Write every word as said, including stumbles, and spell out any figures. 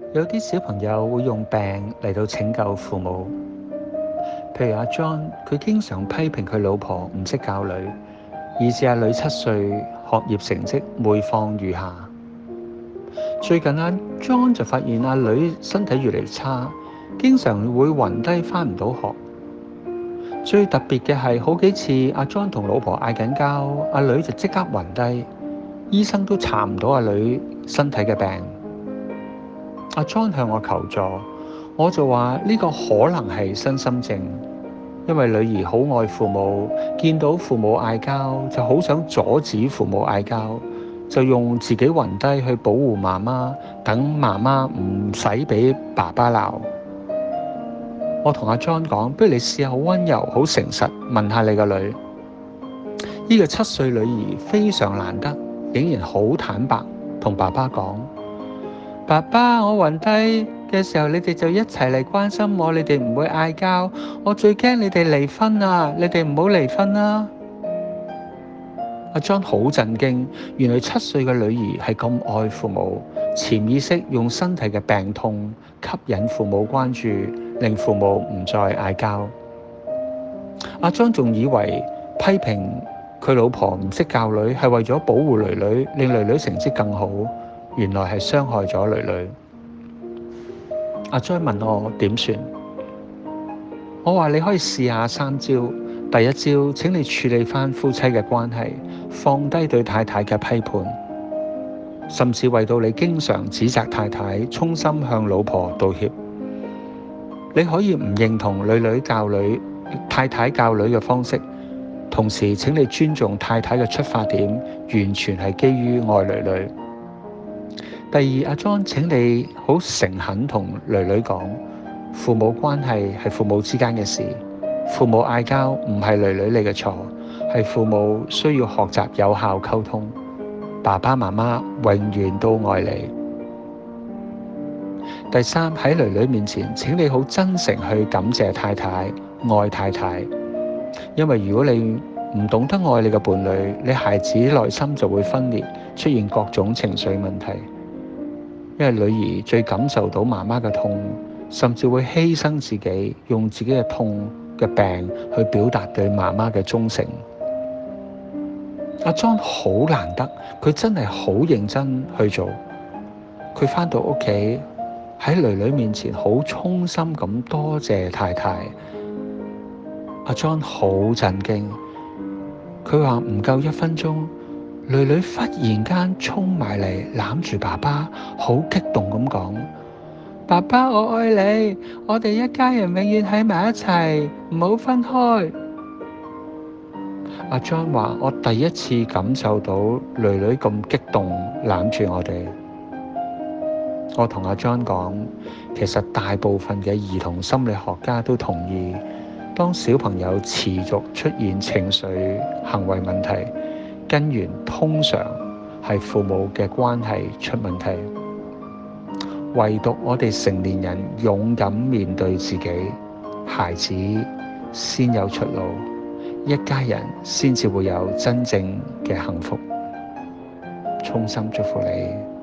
有啲小朋友會用病嚟到拯救父母，譬如阿 John，佢經常批評佢老婆唔識教女，以致阿女七歲學業成績每況愈下。最近阿 John 就發現阿女身體越嚟越差，經常會暈低返唔到學。最特別嘅係好幾次阿 John 同老婆嗌緊交，阿女就即刻暈低，醫生都查唔到阿女身體嘅病。阿 John 向我求助，我就話呢個可能係身心症，因為女兒好愛父母，見到父母嗌交就好想阻止父母嗌交，就用自己暈低去保護媽媽，等媽媽唔使俾爸爸鬧。我同阿 John 講，不如你試下好溫柔、好誠實問下你個女。呢個七歲女兒非常難得，竟然好坦白同爸爸講。爸爸，我暈低嘅時候，你哋就一齊嚟關心我，你哋唔會嗌交。我最驚你哋離婚啊！你哋唔好離婚啦。阿 John 好震驚，原來七歲嘅女兒係咁愛父母，潛意識用身體嘅病痛吸引父母關注，令父母唔再嗌交。阿 John 仲以為批評佢老婆唔識教女係為咗保護女女，令女女成績更好。原來係傷害咗女女。阿 John 問我點算？我話你可以試下三招。第一招，請你處理返夫妻嘅關係，放低對太太嘅批判，甚至為到你經常指責太太，衷心向老婆道歉。你可以唔認同女女教女、太太教女嘅方式，同時請你尊重太太嘅出發點，完全係基於愛女女。第二，阿 John 請你好誠懇同女女講，父母關係係父母之間嘅事，父母嗌交唔係女女你嘅錯，係父母需要學習有效溝通。爸爸媽媽永遠都愛你。第三，喺女女面前，請你好真誠去感謝太太、愛太太，因為如果你唔懂得愛你嘅伴侶，你孩子內心就會分裂，出現各種情緒問題。因為女兒最感受到媽媽嘅痛，甚至會犧牲自己，用自己嘅痛嘅病去表達對媽媽嘅忠誠。阿 John 好難得，佢真係好認真去做。佢返到屋企喺女女面前好衷心咁多謝太太。阿 John 好震驚，佢話唔夠一分鐘，女女忽然間衝埋嚟攬住爸爸，好激動咁講：爸爸，我愛你，我哋一家人永遠喺埋一齊，唔好分開。阿 John 話：我第一次感受到女女咁激動攬住我哋。我同阿 John 講，其實大部分嘅兒童心理學家都同意，當小朋友持續出現情緒行為問題，根源通常係父母嘅關係出問題。唯獨我哋成年人勇敢面對自己，孩子先有出路，一家人先至會有真正嘅幸福。衷心祝福你。